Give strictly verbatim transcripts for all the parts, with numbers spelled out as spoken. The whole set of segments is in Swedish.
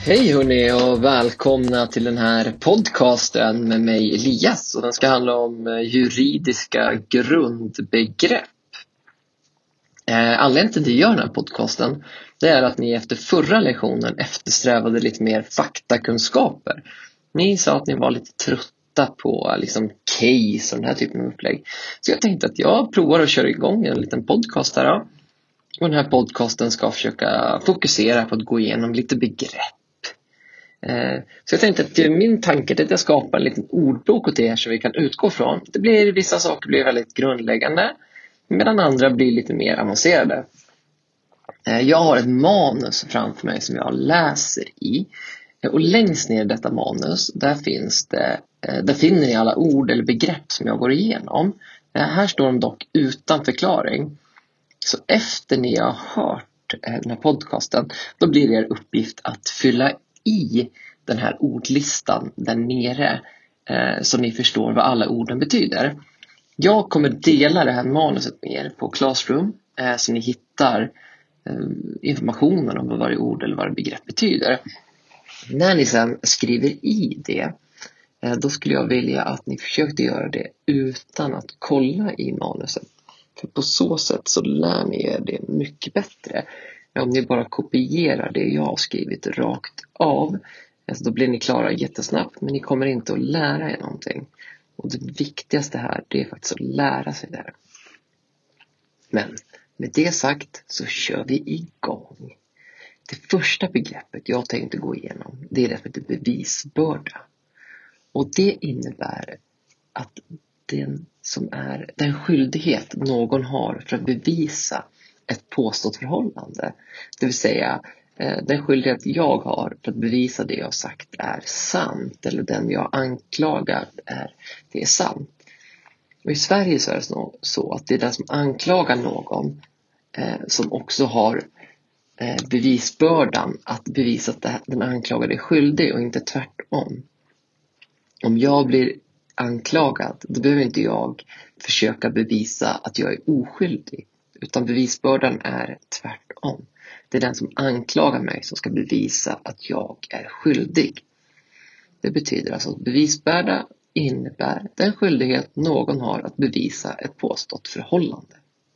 Hej hörni och välkomna till den här podcasten med mig Elias, och den ska handla om juridiska grundbegrepp. Anledningen till att jag gör den här podcasten, det är att ni efter förra lektionen eftersträvade lite mer faktakunskaper. Ni sa att ni var lite trötta på liksom case och den här typen av upplägg. Så jag tänkte att jag provar att köra igång en liten podcast här. Och den här podcasten ska försöka fokusera på att gå igenom lite begrepp. Så jag tänkte att min tanke är att jag skapar en liten ordbok åt er som vi kan utgå från. Det blir, vissa saker blir väldigt grundläggande, medan andra blir lite mer avancerade. Jag har ett manus framför mig som jag läser i. Och längst ner i detta manus, där finns det, där finner ni alla ord eller begrepp som jag går igenom. Här står de dock utan förklaring. Så efter ni har hört den här podcasten, då blir det er uppgift att fylla i den här ordlistan där nere, eh, så ni förstår vad alla orden betyder. Jag kommer dela det här manuset med er på Classroom, eh, så ni hittar eh, informationen om vad varje ord eller varje begrepp betyder. När ni sedan skriver i det, eh, då skulle jag vilja att ni försökte göra det utan att kolla i manuset. För på så sätt så lär ni er det mycket bättre. Om ni bara kopierar det jag har skrivit rakt av, alltså då blir ni klara jättesnabbt, men ni kommer inte att lära er någonting. Och det viktigaste här, det är faktiskt att lära sig det här. Men med det sagt så kör vi igång. Det första begreppet jag tänkte gå igenom, det är det som heter bevisbörda. Och det innebär att den som är den skyldighet någon har för att bevisa ett påstått förhållande. Det vill säga den skyldighet jag har för att bevisa det jag sagt är sant, eller den jag anklagar är det är sant. Och i Sverige så är det så att det är den som anklagar någon eh, som också har eh, bevisbördan att bevisa att den anklagade är skyldig, och inte tvärtom. Om jag blir anklagad, då behöver inte jag försöka bevisa att jag är oskyldig, utan bevisbördan är tvärtom. Det är den som anklagar mig som ska bevisa att jag är skyldig. Det betyder alltså att bevisbörda innebär den skyldighet någon har att bevisa ett påstått förhållande.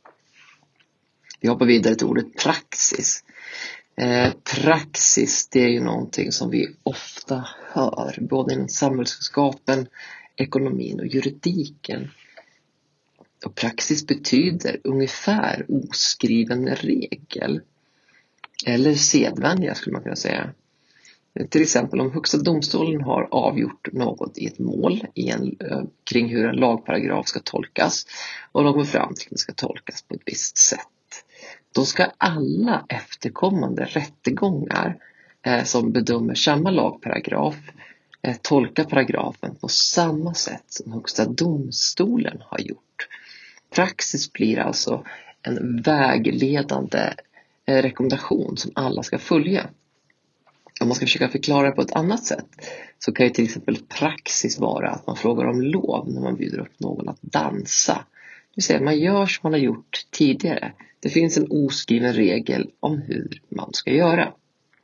Vi hoppar vidare till ordet praxis. Eh, praxis, det är ju någonting som vi ofta hör, både inom samhällskunskapen, ekonomin och juridiken. Och praxis betyder ungefär oskriven regel. Eller sedvänja skulle man kunna säga. Till exempel om Högsta domstolen har avgjort något i ett mål i en, kring hur en lagparagraf ska tolkas, och de kommer fram till att det ska tolkas på ett visst sätt. Då ska alla efterkommande rättegångar eh, som bedömer samma lagparagraf eh, tolka paragrafen på samma sätt som Högsta domstolen har gjort. Praxis blir alltså en vägledande rekommendation som alla ska följa. Om man ska försöka förklara det på ett annat sätt, så kan ju till exempel praxis vara att man frågar om lov när man bjuder upp någon att dansa. Det vill säga man gör som man har gjort tidigare. Det finns en oskriven regel om hur man ska göra.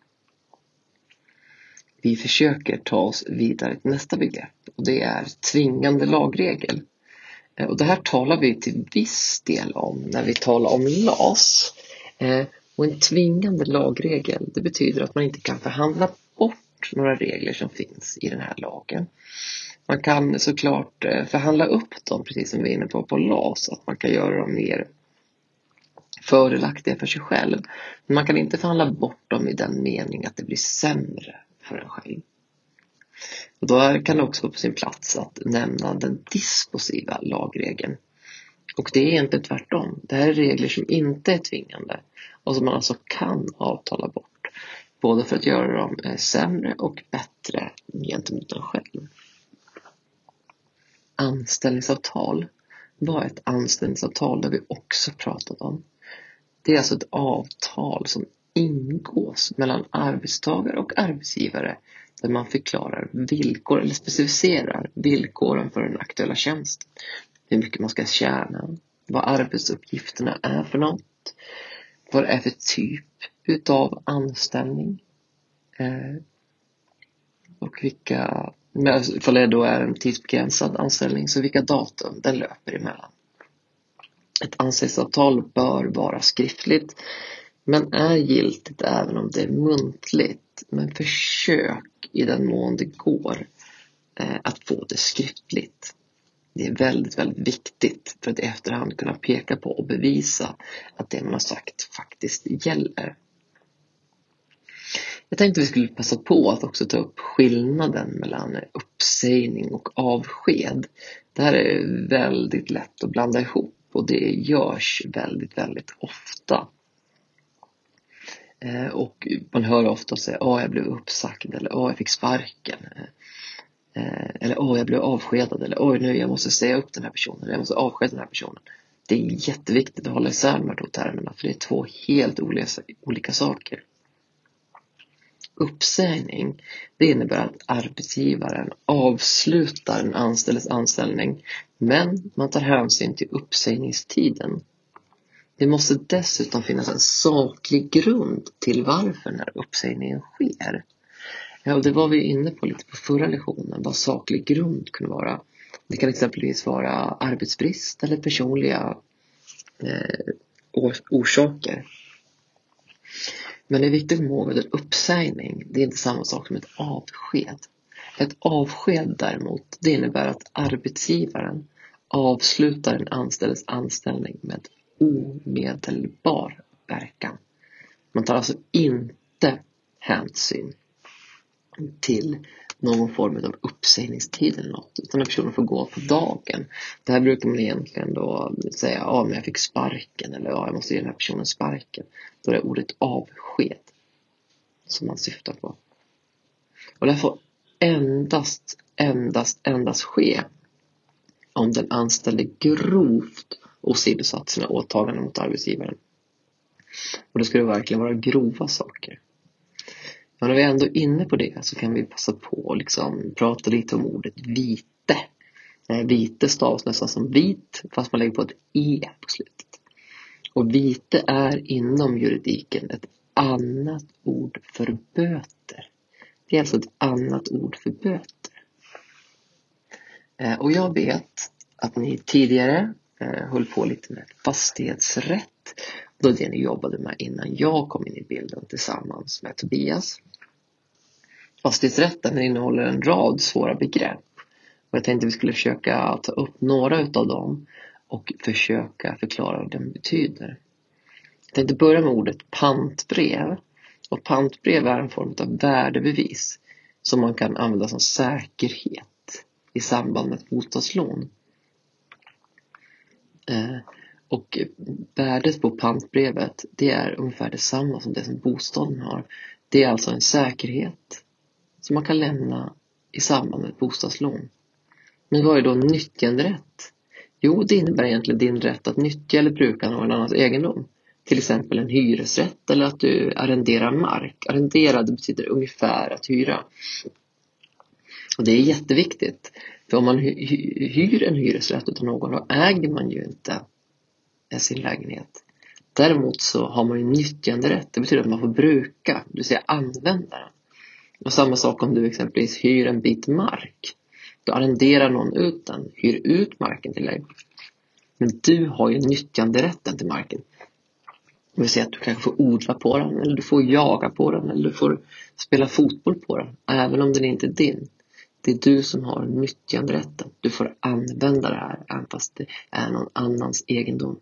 Vi försöker ta oss vidare till nästa begrepp, och det är tvingande lagregel. Och det här talar vi till viss del om när vi talar om L A S. Och en tvingande lagregel, det betyder att man inte kan förhandla bort några regler som finns i den här lagen. Man kan såklart förhandla upp dem, precis som vi är inne på på L A S, att man kan göra dem mer fördelaktiga för sig själv. Men man kan inte förhandla bort dem i den mening att det blir sämre för en själv. Och då kan det också vara på sin plats att nämna den dispositiva lagregeln. Och det är egentligen tvärtom. Det här är regler som inte är tvingande och som man alltså kan avtala bort. Både för att göra dem sämre och bättre gentemot en själv. Anställningsavtal. Vad är ett anställningsavtal? Det har vi också pratat om. Det är alltså ett avtal som ingås mellan arbetstagare och arbetsgivare, där man förklarar villkor eller specificerar villkoren för den aktuella tjänsten. Hur mycket man ska tjäna, vad arbetsuppgifterna är för något, vad det är för typ utav anställning, eh, och vilka, ifall det då är en tidsbegränsad anställning, så vilka datum den löper emellan. Ett anställningsavtal bör vara skriftligt, men är giltigt även om det är muntligt. Men försök i den mån det går eh, att få det skriftligt. Det är väldigt, väldigt viktigt för att i efterhand kunna peka på och bevisa att det man har sagt faktiskt gäller. Jag tänkte vi skulle passa på att också ta upp skillnaden mellan uppsägning och avsked. Det här är väldigt lätt att blanda ihop och det görs väldigt, väldigt ofta. Eh, och man hör ofta säga, åh jag blev uppsagd, eller åh jag fick sparken. Eh, eller åh jag blev avskedad, eller åh nu jag måste säga upp den här personen, eller jag måste avskeda den här personen. Det är jätteviktigt att hålla isär de här två termerna, för det är två helt olika, olika saker. Uppsägning, det innebär att arbetsgivaren avslutar en anställdes anställning, men man tar hänsyn till uppsägningstiden. Det måste dessutom finnas en saklig grund till varför den här uppsägningen sker. Ja, och det var vi inne på lite på förra lektionen, vad saklig grund kunde vara. Det kan exempelvis vara arbetsbrist eller personliga eh, orsaker. Men det är viktigt att ihåg att en uppsägning, det är inte samma sak som ett avsked. Ett avsked däremot, det innebär att arbetsgivaren avslutar en anställdes anställning med omedelbar verkan. Man tar alltså inte hänsyn till någon form av uppsägningstid eller något, utan att personen får gå på dagen. Det här brukar man egentligen då säga, ja men jag fick sparken, eller ja jag måste ge den här personen sparken. Då är det ordet avsked som man syftar på. Och det här får endast, endast, endast ske om den anställde grovt åsidosatt sina åtaganden mot arbetsgivaren. Och det ska det verkligen vara grova saker. Men när vi är ändå inne på det så kan vi passa på att liksom prata lite om ordet vite. Vite stavas nästan som vit, fast man lägger på ett e på slutet. Och vite är inom juridiken ett annat ord för böter. Det är alltså ett annat ord för böter. Och jag vet att ni tidigare höll på lite med fastighetsrätt. Då det ni jobbade med innan jag kom in i bilden tillsammans med Tobias. Fastighetsrätten innehåller en rad svåra begrepp. Och jag tänkte vi skulle försöka ta upp några utav dem och försöka förklara vad den betyder. Jag tänkte börja med ordet pantbrev. Och pantbrev är en form av värdebevis som man kan använda som säkerhet i samband med ett bostadslån. Eh, och värdet på pantbrevet, det är ungefär detsamma som det som bostaden har. Det är alltså en säkerhet som man kan lämna i samband med ett bostadslån. Men vad är då nyttjanderätt? Jo, det innebär egentligen din rätt att nyttja eller bruka någon annans egendom. Till exempel en hyresrätt eller att du arrenderar mark. Arrendera, det betyder ungefär att hyra. Och det är jätteviktigt. För om man hy- hyr en hyresrätt utan någon, då äger man ju inte sin lägenhet. Däremot så har man ju nyttjanderätt. Det betyder att man får bruka, det vill säga använda den. Och samma sak om du exempelvis hyr en bit mark. Då arrenderar någon ut den, hyr ut marken till dig. Men du har ju nyttjanderätten till marken. Det vill säga att du kanske får odla på den, eller du får jaga på den, eller du får spela fotboll på den. Även om den inte är din. Det är du som har nyttjanderätten. Du får använda det här, även fast det är någon annans egendom.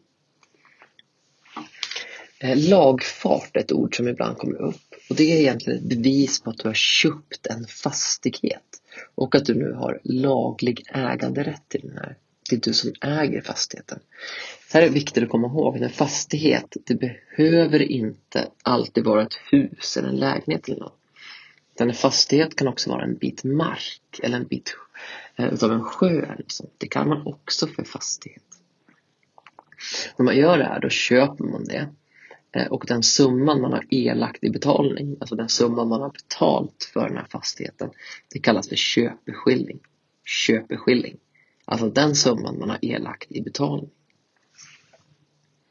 Lagfart är ett ord som ibland kommer upp. Och det är egentligen ett bevis på att du har köpt en fastighet. Och att du nu har laglig äganderätt till den här. Det är du som äger fastigheten. Det här är viktigt att komma ihåg. En fastighet, det behöver inte alltid vara ett hus eller en lägenhet eller något. En fastighet kan också vara en bit mark eller en bit utav en sjö eller sånt. Det kan man också för fastighet. När man gör det här, då köper man det. Och den summan man har elagt i betalning, alltså den summan man har betalt för den här fastigheten, det kallas för köpeskilling. Köpeskilling. Alltså den summan man har elagt i betalning.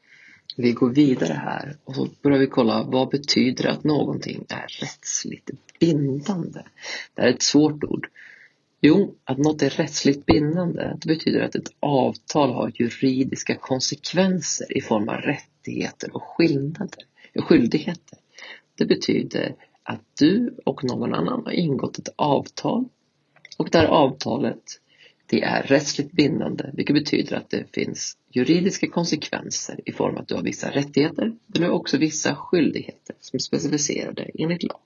Vi går vidare här och så börjar vi kolla vad betyder att någonting är rättsligt bindande? Det här är ett svårt ord. Jo, att något är rättsligt bindande, det betyder att ett avtal har juridiska konsekvenser i form av rättigheter och skillnader, skyldigheter. Det betyder att du och någon annan har ingått ett avtal, och det här avtalet, det är rättsligt bindande, vilket betyder att det finns juridiska konsekvenser i form av att du har vissa rättigheter, men du har också vissa skyldigheter som är specificerade enligt lag.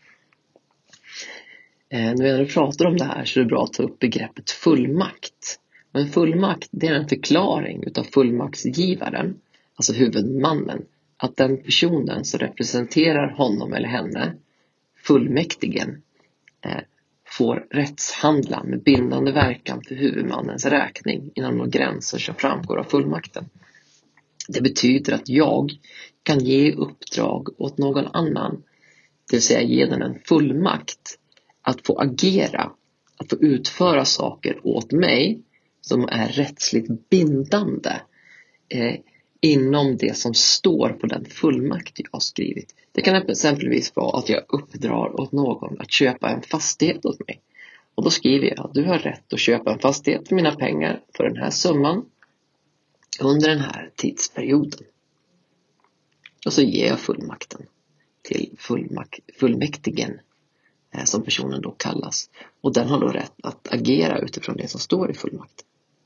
Eh, när vi pratar om det här så är det bra att ta upp begreppet fullmakt. Och en fullmakt, det är en förklaring utav fullmaktsgivaren, alltså huvudmannen, att den personen som representerar honom eller henne, fullmäktigen, eh, får rättshandla med bindande verkan för huvudmannens räkning inom de gränser som framgår av fullmakten. Det betyder att jag kan ge uppdrag åt någon annan, det vill säga ge den en fullmakt att få agera, att få utföra saker åt mig som är rättsligt bindande eh, inom det som står på den fullmakt jag har skrivit. Det kan exempelvis vara att jag uppdrar åt någon att köpa en fastighet åt mig. Och då skriver jag att du har rätt att köpa en fastighet för mina pengar för den här summan under den här tidsperioden. Och så ger jag fullmakten till fullmak- fullmäktigen eh, som personen då kallas. Och den har då rätt att agera utifrån det som står i fullmakten.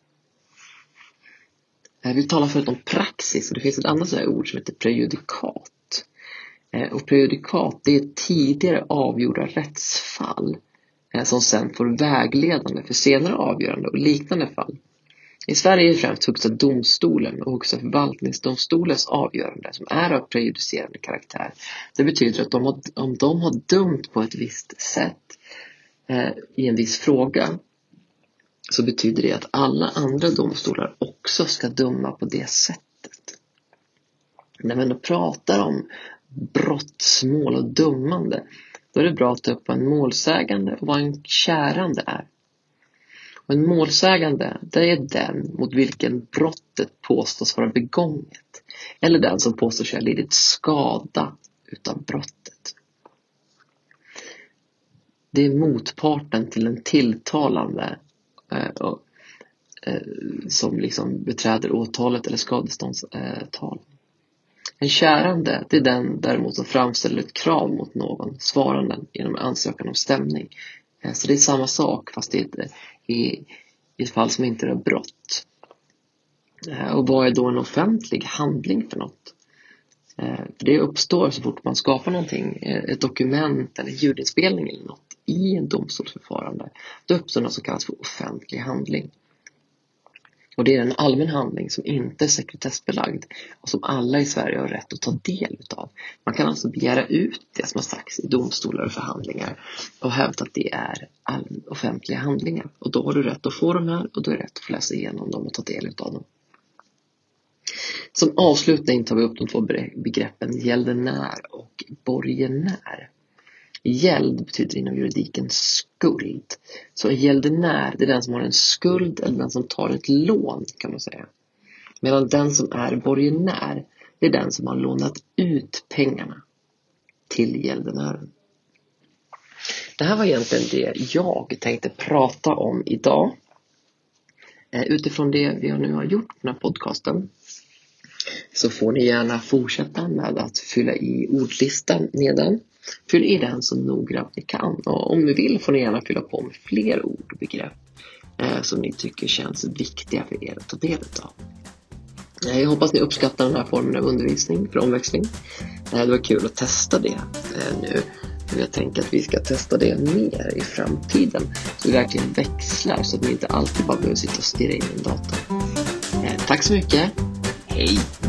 Vi talar förut om praxis, och det finns ett annat sådär ord som heter prejudikat. Och prejudikat, det är tidigare avgjorda rättsfall som sen får vägledande för senare avgörande och liknande fall. I Sverige är det främst Högsta domstolen och Högsta förvaltningsdomstolens avgörande som är av prejudicerande karaktär. Det betyder att de har, om de har dömt på ett visst sätt eh, i en viss fråga, så betyder det att alla andra domstolar också ska döma på det sättet. När man då pratar om brottsmål och dömande, då är det bra att ta upp vad en målsägande och vad en kärande är. Och en målsägande, det är den mot vilken brottet påstås vara begånget, eller den som påstår sig ha lidit skada utav brottet. Det är motparten till en tilltalande eh, och, eh, som liksom beträder åtalet eller skadeståndstalan. En kärande, det är den däremot som framställer ett krav mot någon svaranden genom ansökan om stämning. Så det är samma sak, fast det är i, i ett fall som inte är brott. Och vad är då en offentlig handling för något? För det uppstår så fort man skapar någonting, ett dokument eller ljudinspelning eller något i en domstolsförfarande. Då uppstår något som kallas för offentlig handling. Och det är en allmän handling som inte är sekretessbelagd och som alla i Sverige har rätt att ta del av. Man kan alltså begära ut det som har sagts i domstolar och förhandlingar och hävda att det är all offentliga handlingar. Och då har du rätt att få dem här, och då är det rätt att få läsa igenom dem och ta del av dem. Som avslutning tar vi upp de två begreppen gäldenär och borgenär. Gäld betyder inom juridiken skuld. Så en gäldenär, det är den som har en skuld eller den som tar ett lån, kan man säga. Medan den som är borgenär, det är den som har lånat ut pengarna till gäldenären. Det här var egentligen det jag tänkte prata om idag. Utifrån det vi nu har gjort på den här podcasten, så får ni gärna fortsätta med att fylla i ordlistan nedan. Fyll i den så noggrant ni kan. Och om ni vill får ni gärna fylla på med fler ord och begrepp eh, som ni tycker känns viktiga för er att ta del av. Eh, jag hoppas ni uppskattar den här formen av undervisning för omväxling. Eh, det var kul att testa det eh, nu. Jag tänker att vi ska testa det mer i framtiden. Så vi verkligen växlar så att ni inte alltid bara behöver sitta och stirra in i en dator. Eh, tack så mycket. Hej!